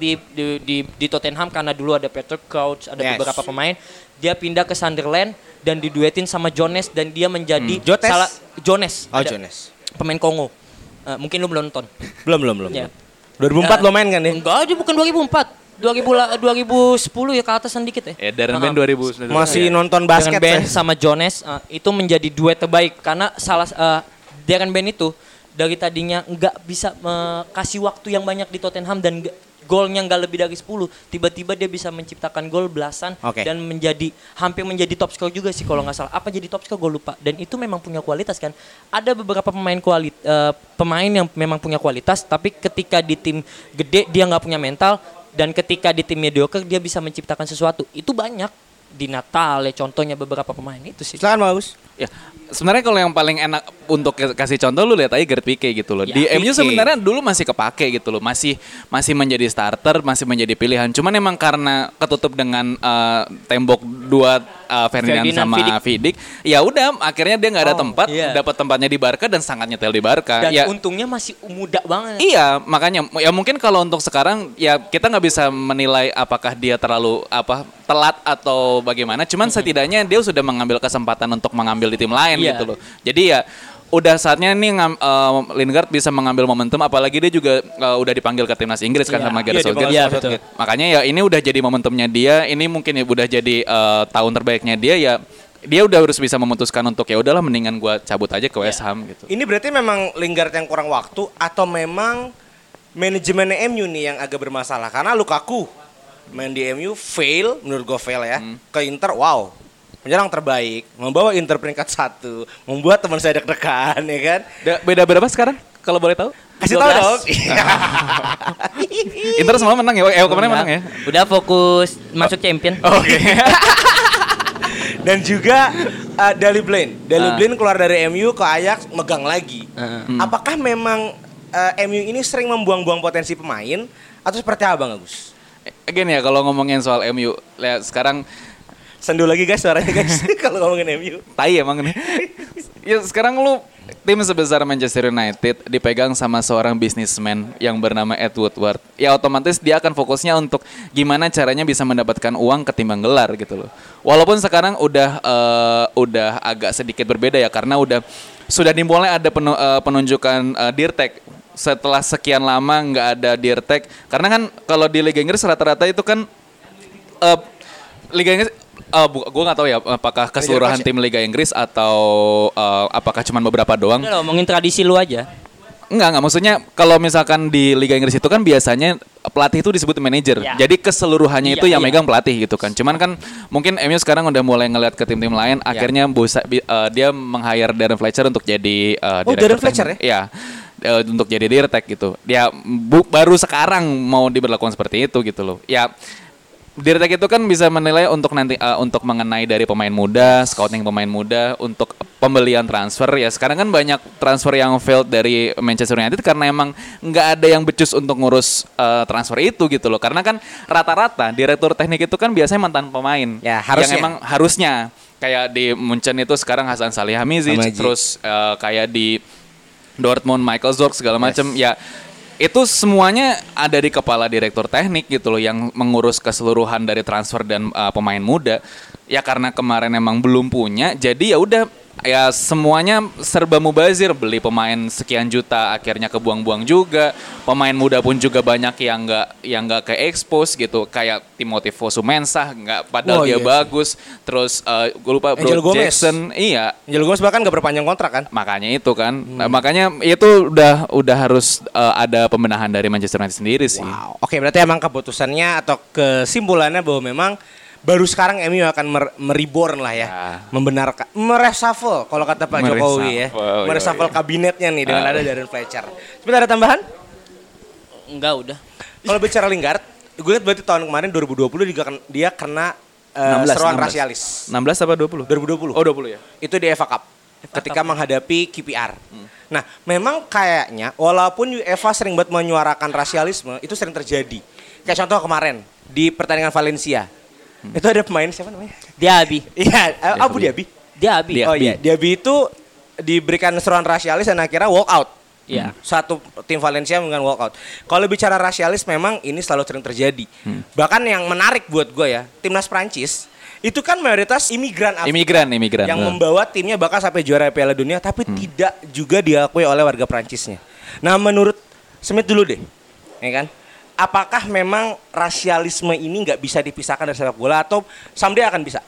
di Tottenham karena dulu ada Peter Crouch, ada Yes. beberapa pemain. Dia pindah ke Sunderland dan diduetin sama Jones dan dia menjadi Jones. Oh, Ada Jones. pemain Kongo. Mungkin lu belum nonton. Belum. Ya. 2004 lo main kan ya? Enggak, dia bukan 2004. 2010 ya ke atasan dikit ya. Ya Darren Ben 2000. Masih nonton basket dengan Ben saya. sama Jones itu menjadi duet terbaik karena Darren Ben itu dari tadinya nggak bisa kasih waktu yang banyak di Tottenham dan golnya nggak lebih dari 10, tiba-tiba dia bisa menciptakan gol belasan dan hampir menjadi top skor juga sih kalau nggak salah. Apa jadi top skor gue lupa. Dan itu memang punya kualitas kan. Ada beberapa pemain yang memang punya kualitas tapi ketika di tim gede dia nggak punya mental. Dan ketika di tim mediocre dia bisa menciptakan sesuatu. Itu banyak di Natal ya contohnya beberapa pemain itu sih. Silakan Bagus. Ya, sebenarnya kalau yang paling enak untuk kasih contoh lu lihat aja Gerd Pique gitu loh. Ya, Di MU Pique. sebenarnya dulu masih kepake gitu loh. Masih menjadi starter, masih menjadi pilihan. Cuman emang karena ketutup dengan tembok dua Ferdinand sama Vidic, ya udah akhirnya dia nggak ada tempat, dapat tempatnya di Barca dan sangat nyetel di Barca. Dan ya, untungnya masih muda banget. Iya, makanya ya mungkin kalau untuk sekarang ya kita nggak bisa menilai apakah dia terlalu telat atau bagaimana. Cuman setidaknya dia sudah mengambil kesempatan untuk mengambil di tim lain gitu loh. Jadi ya udah saatnya nih Lingard bisa mengambil momentum, apalagi dia juga udah dipanggil ke timnas Inggris kan sama Gareth Southgate. Iya, betul. Makanya ya ini udah jadi momentumnya dia. Ini mungkin ya udah jadi tahun terbaiknya dia ya. Dia udah harus bisa memutuskan untuk ya udahlah mendingan gua cabut aja ke West Ham gitu. Ini berarti memang Lingard yang kurang waktu atau memang manajemen MU nih yang agak bermasalah? Karena Lukaku main di MU fail, menurut gue fail ya. Ke Inter, wow, penyerang terbaik, membawa Inter peringkat 1, membuat teman saya deg-degan ya kan. Beda berapa sekarang kalau boleh tahu? Kasih tahu dong. Inter semalam menang ya? Kemarin menang ya? Udah fokus masuk champion. Oke. Dan juga Daley Blind keluar dari MU ke Ajax megang lagi. Apakah memang MU ini sering membuang-buang potensi pemain atau seperti apa Bang Agus? Again ya kalau ngomongin soal MU, lihat sekarang sendu lagi guys suaranya guys kalau ngomongin MU. Tai emang nih. Ya sekarang lu tim sebesar Manchester United dipegang sama seorang bisnismen yang bernama Ed Woodward. Ya otomatis dia akan fokusnya untuk gimana caranya bisa mendapatkan uang ketimbang gelar gitu loh. Walaupun sekarang udah agak sedikit berbeda ya karena sudah dimulai ada penunjukan Dirtek. Setelah sekian lama nggak ada Dirtek, karena kan kalau di Liga Inggris rata-rata itu kan Liga Inggris, gue nggak tahu ya apakah keseluruhan tim Liga Inggris atau apakah cuma beberapa doang. Udah ngomongin tradisi lu aja. Enggak, maksudnya kalau misalkan di Liga Inggris itu kan biasanya pelatih itu disebut manajer. Ya. Jadi keseluruhannya itu yang megang pelatih gitu kan. Cuman kan mungkin MU sekarang udah mulai ngeliat ke tim-tim lain, akhirnya dia meng-hire Darren Fletcher untuk jadi direktur. Darren Fletcher ya? Iya. Untuk jadi Dirtek gitu. Dia baru sekarang mau diberlakukan seperti itu gitu loh. Ya Dirtek itu kan bisa menilai untuk nanti untuk mengenai dari pemain muda, scouting pemain muda, untuk pembelian transfer. Ya sekarang kan banyak transfer yang failed dari Manchester United karena emang nggak ada yang becus untuk ngurus transfer itu gitu loh. Karena kan rata-rata direktur teknik itu kan biasanya mantan pemain. Ya, harusnya. Yang emang harusnya kayak di Munchen itu sekarang Hasan Salihamidzic, terus kayak di Dortmund Michael Zorc segala macam. Ya itu semuanya ada di kepala direktur teknik gitu loh yang mengurus keseluruhan dari transfer dan pemain muda. Ya karena kemarin emang belum punya, jadi ya udah ya semuanya serba mubazir, beli pemain sekian juta akhirnya kebuang-buang juga. Pemain muda pun juga banyak yang nggak ke expose gitu, kayak Timothy Fosu Mensah nggak padahal dia bagus. Terus gue lupa Bro Jackson, iya. Angel Gomez bahkan nggak berpanjang kontrak kan? Makanya itu kan, makanya itu udah harus ada pembenahan dari Manchester United sendiri sih. Wow. Oke, berarti emang keputusannya atau kesimpulannya bahwa memang baru sekarang MU akan mereborn lah ya. Membenarkan, mereshuffle kalau kata Pak Jokowi ya. Mereshuffle kabinetnya nih dengan ada Darren Fletcher. Sebentar, ada tambahan? Enggak, udah. Kalau bicara Lingard, gue lihat berarti tahun kemarin 2020 dia kena seruan rasialis. 16 apa 20? 2020. Oh 20 ya. Itu di FA Cup. Ketika menghadapi QPR. Nah, memang kayaknya walaupun UEFA sering banget menyuarakan rasialisme, itu sering terjadi. Kayak contoh kemarin di pertandingan Valencia. Itu ada pemain siapa namanya? Diaby. Iya, Abu Dhabi. Diaby. Oh iya, Diaby itu diberikan seruan rasialis dan akhirnya walk out. Iya. Satu tim Valencia dengan walkout. Kalau bicara rasialis memang ini selalu sering terjadi. Bahkan yang menarik buat gue ya, timnas Prancis itu kan mayoritas imigran Afrika Imigran. yang membawa timnya bahkan sampai juara Piala Dunia, tapi tidak juga diakui oleh warga Prancisnya. Nah, menurut Smith dulu deh, ya kan? Apakah memang rasialisme ini nggak bisa dipisahkan dari sepak bola atau someday akan bisa?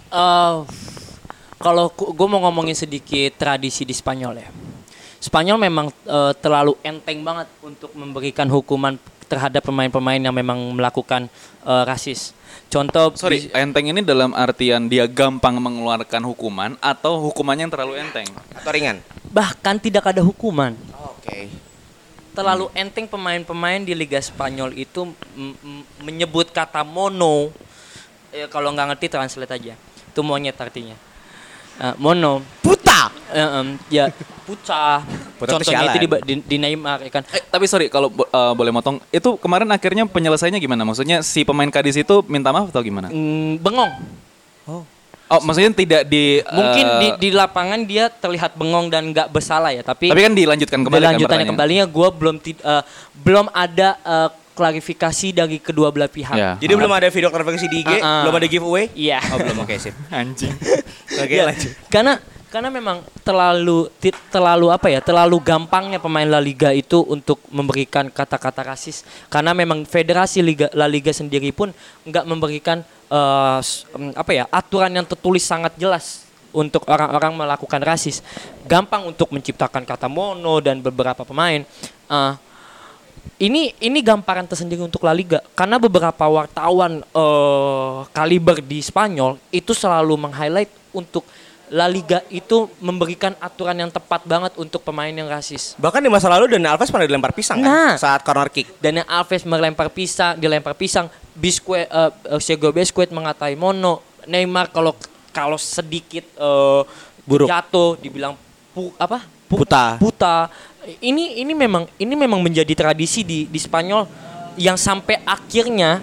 Kalau gue mau ngomongin sedikit tradisi di Spanyol ya. Spanyol memang terlalu enteng banget untuk memberikan hukuman terhadap pemain-pemain yang memang melakukan rasis. Contoh, Enteng ini dalam artian dia gampang mengeluarkan hukuman atau hukumannya yang terlalu enteng? Atau ringan? bahkan tidak ada hukuman. Oke. Terlalu enteng pemain-pemain di Liga Spanyol itu menyebut kata mono. Kalau nggak ngerti translate aja. Itu monyet artinya. Mono. Puta. Ya, puca. Puta Contohnya itu itu di Neymar ya kan. Tapi sorry kalau boleh motong, itu kemarin akhirnya penyelesaiannya gimana? Maksudnya si pemain Cadiz itu minta maaf atau gimana? Bengong. Oh, maksudnya tidak di Mungkin di lapangan dia terlihat bengong dan nggak bersalah ya, tapi kan dilanjutkan kembali kan lanjutannya pertanyaan? kembalinya gue belum ada klarifikasi dari kedua belah pihak. Ya. Jadi belum ada video klarifikasi di IG, belum ada giveaway? Iya. Oh, belum. Oke, sip. Anjing. Oke, Ya, lanjut. karena memang terlalu gampangnya pemain La Liga itu untuk memberikan kata-kata rasis, karena memang Federasi La Liga sendiri pun nggak memberikan aturan yang tertulis sangat jelas untuk orang-orang melakukan rasis. Gampang untuk menciptakan kata mono dan beberapa pemain. Ini gambaran tersendiri untuk La Liga, karena beberapa wartawan kaliber di Spanyol itu selalu meng-highlight untuk La Liga itu memberikan aturan yang tepat banget untuk pemain yang rasis. Bahkan di masa lalu Dani Alves pernah dilempar pisang kan saat corner kick. Dan yang Alves dilempar pisang, Sergio Busquets mengatai mono, Neymar kalau sedikit Buruk. jatuh dibilang Puta. Ini memang menjadi tradisi di Spanyol yang sampai akhirnya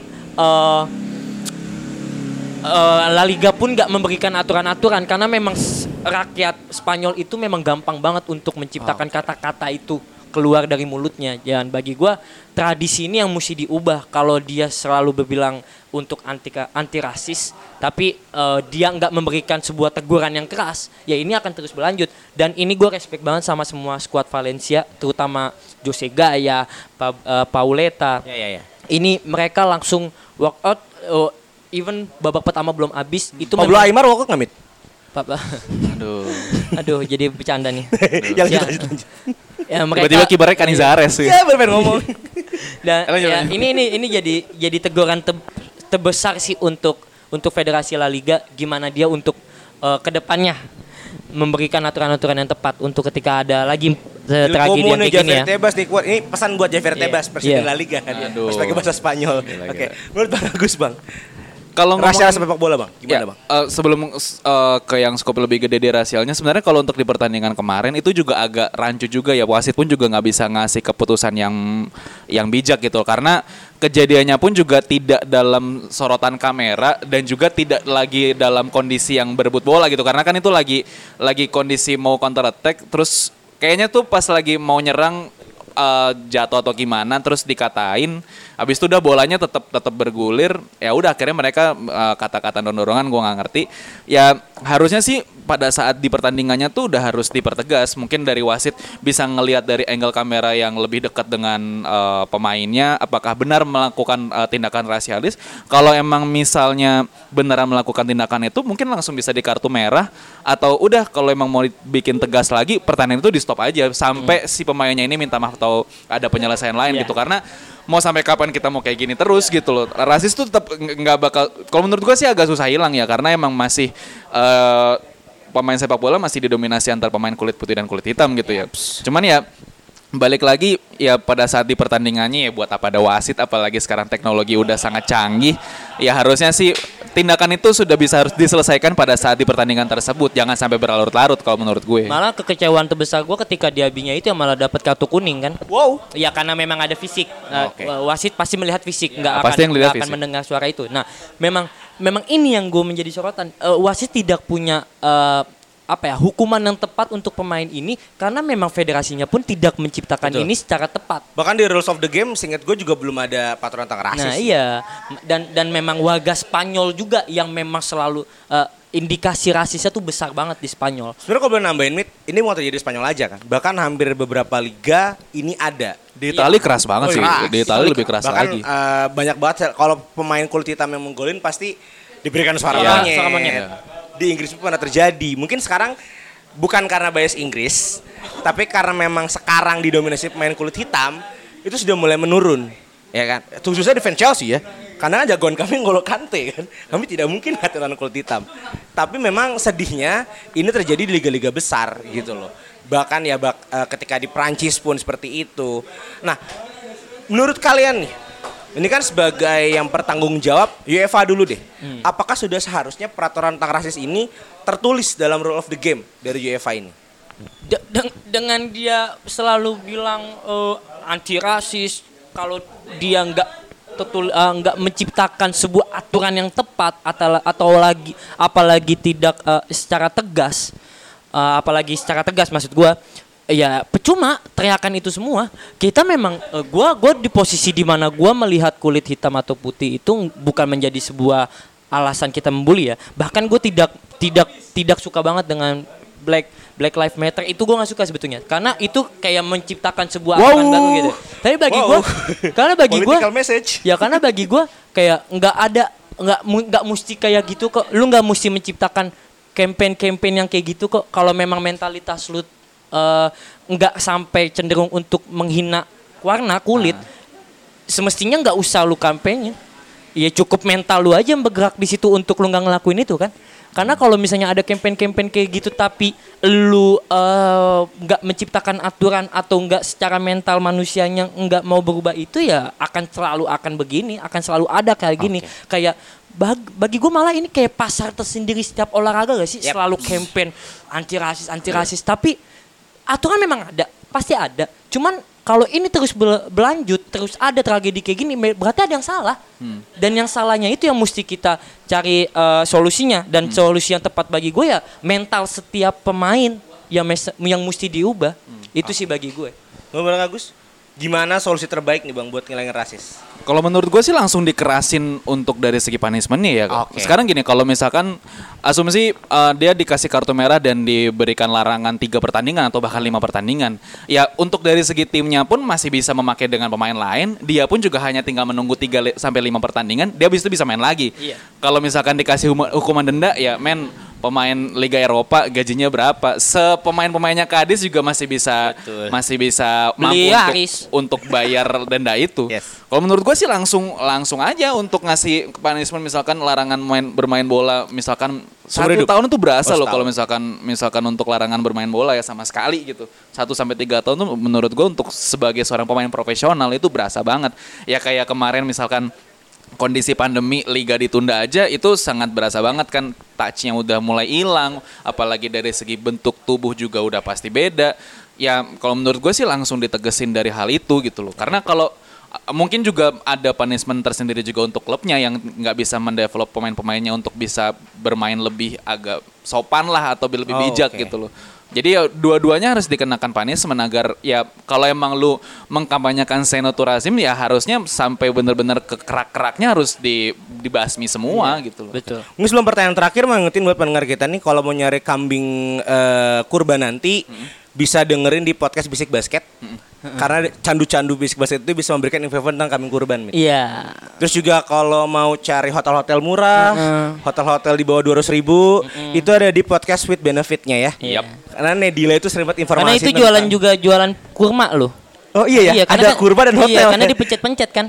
La Liga pun nggak memberikan aturan-aturan, karena memang rakyat Spanyol itu memang gampang banget untuk menciptakan kata-kata itu keluar dari mulutnya. Dan bagi gue tradisi ini yang mesti diubah. Kalau dia selalu berbilang untuk anti rasis, tapi dia nggak memberikan sebuah teguran yang keras, ya ini akan terus berlanjut. Dan ini gue respect banget sama semua skuad Valencia, terutama Jose Gaya, Pauleta. Ya. Ini mereka langsung walk out. Even babak pertama belum habis itu Pablo Aimar walkout nggak, Mit? Aduh. Jadi bercanda nih. Lanjut. Ya, mereka, Tiba-tiba kibarnya Canizares sih. Ya, bener ngomong. dan ya, ini jadi teguran terbesar sih untuk Federasi La Liga, gimana dia untuk kedepannya memberikan aturan-aturan yang tepat untuk ketika ada lagi tragedi yang kayak gini ya. Tebas nih, ini pesan buat Javier Tebas, presiden La Liga kan. Aduh. Harus pakai bahasa Spanyol. Oke. Menurut Bang Agus, Bang. Kalau Rasial sepak bola, Bang. Gimana, Bang? Sebelum ke yang skop lebih gede di rasialnya, sebenarnya kalau untuk di pertandingan kemarin itu juga agak rancu juga ya. Wasit pun juga nggak bisa ngasih keputusan yang bijak gitu, karena kejadiannya pun juga tidak dalam sorotan kamera dan juga tidak lagi dalam kondisi yang berebut bola gitu, karena kan itu lagi kondisi mau counter attack, terus kayaknya tuh pas lagi mau nyerang jatuh atau gimana, terus dikatain, habis itu udah bolanya tetap bergulir, ya udah akhirnya mereka kata-kata dorongan gue nggak ngerti. Ya harusnya sih pada saat di pertandingannya tuh udah harus dipertegas, mungkin dari wasit bisa ngelihat dari angle kamera yang lebih dekat dengan pemainnya apakah benar melakukan tindakan rasialis. Kalau emang misalnya beneran melakukan tindakan itu, mungkin langsung bisa di kartu merah, atau udah kalau emang mau bikin tegas lagi, pertandingan itu di stop aja sampai si pemainnya ini minta maaf atau ada penyelesaian lain gitu, karena mau sampai kapan kita mau kayak gini terus gitu loh. Rasis tuh tetap nggak bakal, kalau menurut gua sih agak susah hilang ya, karena emang masih pemain sepak bola masih didominasi antar pemain kulit putih dan kulit hitam gitu ya. Cuman ya balik lagi ya, pada saat di pertandingannya ya buat apa ada wasit, apalagi sekarang teknologi udah sangat canggih. Ya harusnya sih tindakan itu sudah bisa harus diselesaikan pada saat di pertandingan tersebut, jangan sampai berlarut-larut kalau menurut gue. Malah kekecewaan terbesar gue ketika Diaby-nya itu yang malah dapat kartu kuning kan. Wow. Ya karena memang ada fisik. Oke. Wasit pasti melihat fisik, pasti yang lihat nggak akan fisik. mendengar suara itu. Nah, memang ini yang gue menjadi sorotan. Wasit tidak punya hukuman yang tepat untuk pemain ini karena memang federasinya pun tidak menciptakan Betul. ini secara tepat. Bahkan di rules of the game, seingat gue juga belum ada peraturan tentang rasis. Nah iya, dan memang warga Spanyol juga yang memang selalu indikasi rasisnya tuh besar banget di Spanyol. Sebenarnya kalau boleh nambahin, Mit, ini mau terjadi di Spanyol aja kan. Bahkan hampir beberapa liga ini ada. Di Itali keras banget sih. keras. Di Itali lebih keras Bahkan, lagi. banyak banget kalau pemain kulit hitam yang menggolin pasti diberikan suara Iya, monyet. suara monyet. Di Inggris pun pernah terjadi. Mungkin sekarang bukan karena bias Inggris, tapi karena memang sekarang didominasi pemain kulit hitam itu sudah mulai menurun, ya kan? Khususnya di fans Chelsea ya, karena kan jagoan kami N'Golo Kante kan, kami tidak mungkin hati-hati kulit hitam. Tapi memang sedihnya ini terjadi di liga-liga besar gitu loh. Bahkan ya ketika di Prancis pun seperti itu. Nah, menurut kalian nih, ini kan sebagai yang bertanggung jawab UEFA dulu deh. Apakah sudah seharusnya peraturan tentang rasis ini tertulis dalam rule of the game dari UEFA ini? Dengan dia selalu bilang anti rasis, kalau dia nggak menciptakan sebuah aturan yang tepat atau apalagi tidak secara tegas, maksud gua. Ya percuma teriakan itu semua. Kita memang gua di posisi di mana gua melihat kulit hitam atau putih itu bukan menjadi sebuah alasan kita membuli ya. Bahkan gue tidak suka banget dengan Black Lives Matter, itu gue nggak suka sebetulnya karena itu kayak menciptakan sebuah aturan baru gitu. Tapi bagi gue, karena bagi gue, ya karena bagi gue kayak nggak mesti kayak gitu kok. Lu nggak mesti menciptakan campaign yang kayak gitu kok. Kalau memang mentalitas lu nggak sampai cenderung untuk menghina warna kulit, semestinya nggak usah lu kampanye. Ya cukup mental lu aja yang bergerak di situ untuk lu nggak ngelakuin itu kan. Karena kalau misalnya ada campaign kayak gitu tapi lu nggak menciptakan aturan atau nggak secara mental manusianya nggak mau berubah, itu ya akan selalu ada kayak gini. Kayak bagi gue malah ini kayak pasar tersendiri setiap olahraga gak sih? Selalu campaign anti rasis. Tapi aturan memang ada, pasti ada. Cuman kalau ini terus berlanjut, terus ada tragedi kayak gini, berarti ada yang salah. Dan yang salahnya itu yang mesti kita cari solusinya. Dan solusi yang tepat bagi gue ya mental setiap pemain yang mesti diubah. Itu sih bagi gue. Bang Agus, gimana solusi terbaik nih Bang buat ngilangin rasis? Kalau menurut gue sih langsung dikerasin untuk dari segi punishment-nya ya. Okay. Sekarang gini, kalau misalkan asumsi dia dikasih kartu merah dan diberikan larangan 3 pertandingan atau bahkan 5 pertandingan. Ya untuk dari segi timnya pun masih bisa memakai dengan pemain lain. Dia pun juga hanya tinggal menunggu 3 sampai 5 pertandingan. Dia habis itu bisa main lagi. Iya. Kalau misalkan dikasih hukuman denda, ya pemain Liga Eropa gajinya berapa? Pemain-pemainnya Cadiz juga masih bisa mampu untuk bayar denda itu. Yes. Kalau menurut gue sih langsung aja untuk ngasih punishment, misalkan larangan bermain bola, misalkan 1 tahun itu berasa loh kalau misalkan untuk larangan bermain bola ya sama sekali gitu. 1 sampai 3 tahun tuh menurut gue untuk sebagai seorang pemain profesional itu berasa banget. Ya kayak kemarin misalkan kondisi pandemi liga ditunda aja itu sangat berasa banget kan, touch-nya udah mulai hilang, apalagi dari segi bentuk tubuh juga udah pasti beda. Ya kalau menurut gue sih langsung ditegesin dari hal itu gitu loh. Karena kalau mungkin juga ada punishment tersendiri juga untuk klubnya yang nggak bisa mendevelop pemain-pemainnya untuk bisa bermain lebih agak sopan lah atau lebih bijak gitu loh. Jadi ya dua-duanya harus dikenakan punishment agar ya kalau emang lu mengkampanyekan xenoturism ya harusnya sampai benar-benar ke kerak-keraknya harus dibasmi semua gitu loh. Betul. Mungkin sebelum pertanyaan terakhir mengingetin buat pendengar kita nih, kalau mau nyari kambing kurban nanti bisa dengerin di podcast Bisik Basket. Karena candu-candu Bisik Basket itu bisa memberikan info tentang kambing kurban. Iya. Terus juga kalau mau cari hotel-hotel murah, hotel-hotel di bawah 200.000, itu ada di podcast with benefitnya ya. Iya. Karena Nedila itu sering banget informasi. Karena itu jualan kurma loh. Oh iya ya, ada kurma dan hotel. Iya, karena dipencet-pencet kan.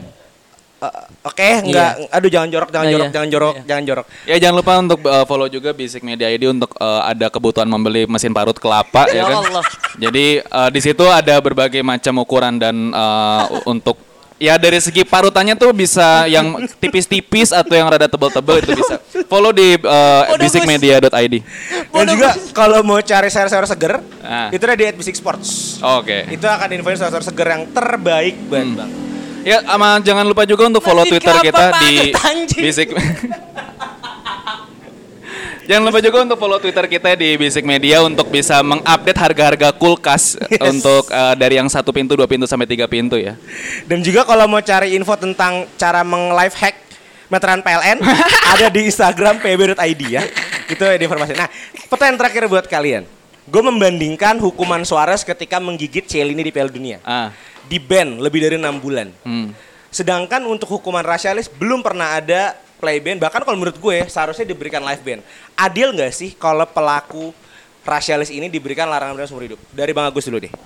Oke, enggak. Aduh jangan jorok. Ya jangan lupa untuk follow juga Bisik Media ID untuk ada kebutuhan membeli mesin parut kelapa ya kan. Allah. Jadi di situ ada berbagai macam ukuran dan untuk ya dari segi parutannya tuh bisa yang tipis-tipis atau yang rada tebal-tebal itu bisa. Follow di bisikmedia.id. Dan juga kalau mau cari sayur-sayur seger, itu ada di @bisik-sports. Oke. Itu akan infoin sayur-sayur seger yang terbaik Bang. Ya, sama jangan lupa juga untuk follow Twitter kita di Bisik. Jangan lupa juga untuk follow Twitter kita di Basic Media untuk bisa mengupdate harga-harga kulkas untuk dari yang 1 pintu, 2 pintu sampai 3 pintu ya. Dan juga kalau mau cari info tentang cara meng-live hack meteran PLN ada di Instagram pb.id ya. Itu ada informasi. Nah, pertanyaan terakhir buat kalian. Gue membandingkan hukuman Suarez ketika menggigit Chiellini di Piala Dunia. Di ban lebih dari 6 bulan. Sedangkan untuk hukuman rasialis belum pernah ada play ban. Bahkan kalau menurut gue seharusnya diberikan live ban. Adil nggak sih kalau pelaku rasialis ini diberikan larangan seumur hidup? Dari Bang Agus dulu deh.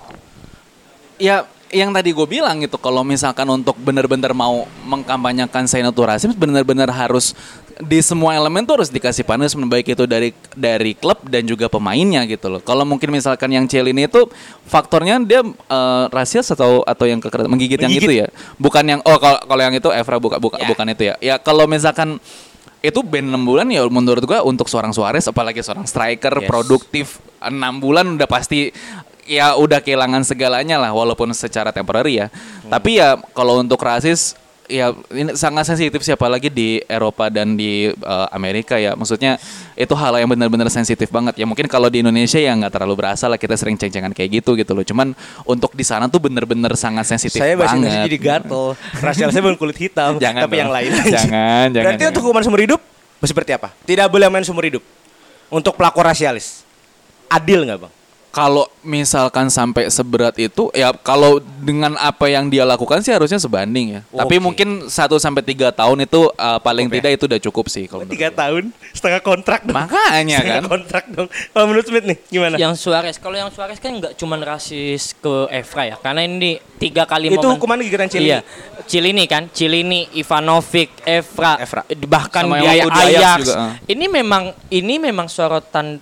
Ya, yang tadi gue bilang gitu, kalau misalkan untuk benar-benar mau mengkampanyekan say no to racism, benar-benar harus di semua elemen tuh harus dikasih punishment, baik itu dari klub dan juga pemainnya gitu loh. Kalau mungkin misalkan yang Chiellini itu faktornya dia rasial atau yang menggigit yang itu ya, bukan yang kalau yang itu Evra bukan itu ya. Ya kalau misalkan itu ban 6 bulan ya menurut gue untuk seorang Suarez apalagi seorang striker produktif 6 bulan udah pasti ya udah kehilangan segalanya lah walaupun secara temporary ya. Tapi ya kalau untuk rasis ya ini sangat sensitif sih apalagi di Eropa dan di Amerika ya. Maksudnya itu hal yang benar-benar sensitif banget. Ya mungkin kalau di Indonesia ya nggak terlalu berasa lah kita sering ceng-cengan kayak gitu loh. Cuman untuk di sana tuh benar-benar sangat sensitif banget. Saya bahasa jadi gatel. Rasial saya bukan kulit hitam tapi yang lain. Jangan. Berarti untuk hukuman seumur hidup seperti apa? Tidak boleh main seumur hidup untuk pelaku rasialis. Adil nggak Bang? Kalau misalkan sampai seberat itu ya kalau dengan apa yang dia lakukan sih harusnya sebanding ya. Tapi mungkin 1 sampai 3 tahun itu paling tidak itu udah cukup sih kalau 3 tahun setengah kontrak dong. Makanya setengah kan. kontrak dong. Kalau menurut Smith nih gimana? Yang Suarez, kalau yang Suarez kan nggak cuma rasis ke Evra ya, karena ini 3 kali itu hukuman gigitan Chiellini. Iya, Chiellini, Ivanovic, Evra. Bahkan sama dia Ajax juga. Ini memang sorotan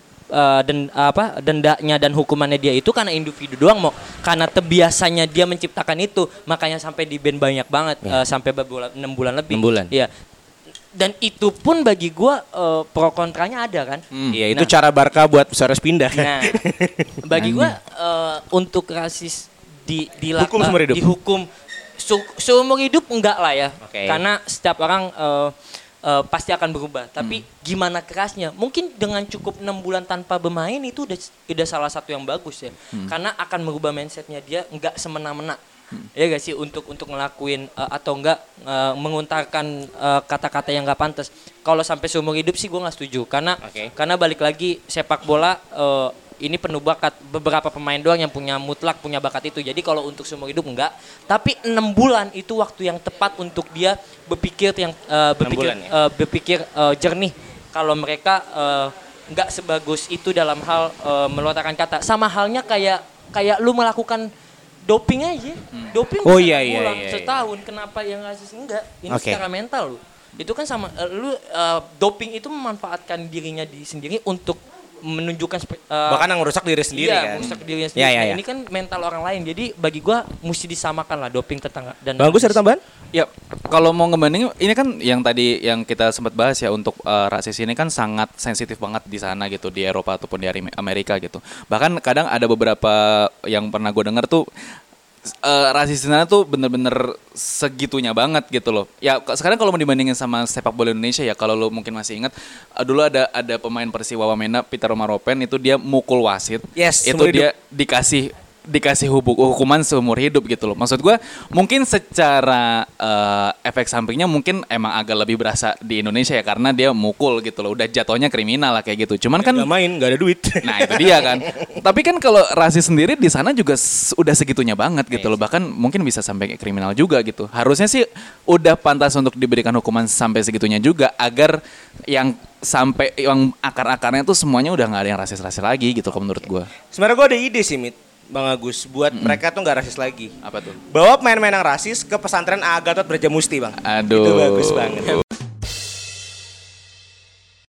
dendanya dan hukumannya dia itu karena individu doang karena terbiasanya dia menciptakan itu makanya sampai di ban banyak banget sampai 6 bulan lebih. 6 bulan. Iya. Dan itu pun bagi gua pro kontranya ada kan. Iya, itu cara Barca buat Suarez pindah kan. Nah, bagi gua untuk rasis hukum seumur hidup. dihukum seumur hidup enggak lah ya. Okay. Karena setiap orang pasti akan berubah. Tapi gimana kerasnya? Mungkin dengan cukup 6 bulan tanpa bermain itu udah salah satu yang bagus ya. Karena akan merubah mindsetnya dia nggak semena-mena. Ya gak sih untuk ngelakuin atau enggak menguntarkan kata-kata yang nggak pantas. Kalau sampai seumur hidup sih gue nggak setuju. Karena balik lagi sepak bola ini penuh bakat. Beberapa pemain doang yang punya bakat itu. Jadi kalau untuk seumur hidup enggak. Tapi 6 bulan itu waktu yang tepat untuk dia berpikir jernih. Kalau mereka enggak sebagus itu dalam hal melontarkan kata. Sama halnya kayak lu melakukan doping aja. Doping setahun. Kenapa yang rasis enggak? Ini secara mental lu. Itu kan sama lu doping itu memanfaatkan dirinya sendiri untuk menunjukkan bahkan yang merusak diri sendiri kan. Merusak dirinya sendiri. Nah, ini kan mental orang lain. Jadi bagi gua mesti disamakan lah doping dan Bagus ada tambahan? Ya, kalau mau ngebandingin ini kan yang tadi yang kita sempat bahas ya untuk rasis ini kan sangat sensitif banget di sana gitu di Eropa ataupun di Amerika gitu. Bahkan kadang ada beberapa yang pernah gue dengar tuh rasis di sana tuh bener-bener segitunya banget gitu loh. Ya sekarang kalau mau dibandingin sama sepak bola Indonesia ya kalau lo mungkin masih ingat dulu ada pemain Persiwa Wamena Peter Romaropen itu dia mukul wasit. Itu dia dikasih hukuman seumur hidup gitu loh. Maksud gue mungkin secara efek sampingnya mungkin emang agak lebih berasa di Indonesia ya karena dia mukul gitu loh. Udah jatuhnya kriminal lah kayak gitu. Cuman kan nggak main, nggak ada duit. Nah itu dia kan. Tapi kan kalau rasis sendiri di sana juga udah segitunya banget gitu loh. Bahkan mungkin bisa sampai kriminal juga gitu. Harusnya sih udah pantas untuk diberikan hukuman sampai segitunya juga agar yang sampai yang akar-akarnya tuh semuanya udah nggak ada yang rasis-rasis lagi gitu kalau menurut gue. Sebenarnya gue ada ide sih, Mit. Bang Agus, buat mereka tuh nggak rasis lagi. Apa tuh? Bawa pemain-pemain yang rasis ke pesantren Agatot Brajamusti, Bang. Aduh. Itu bagus banget.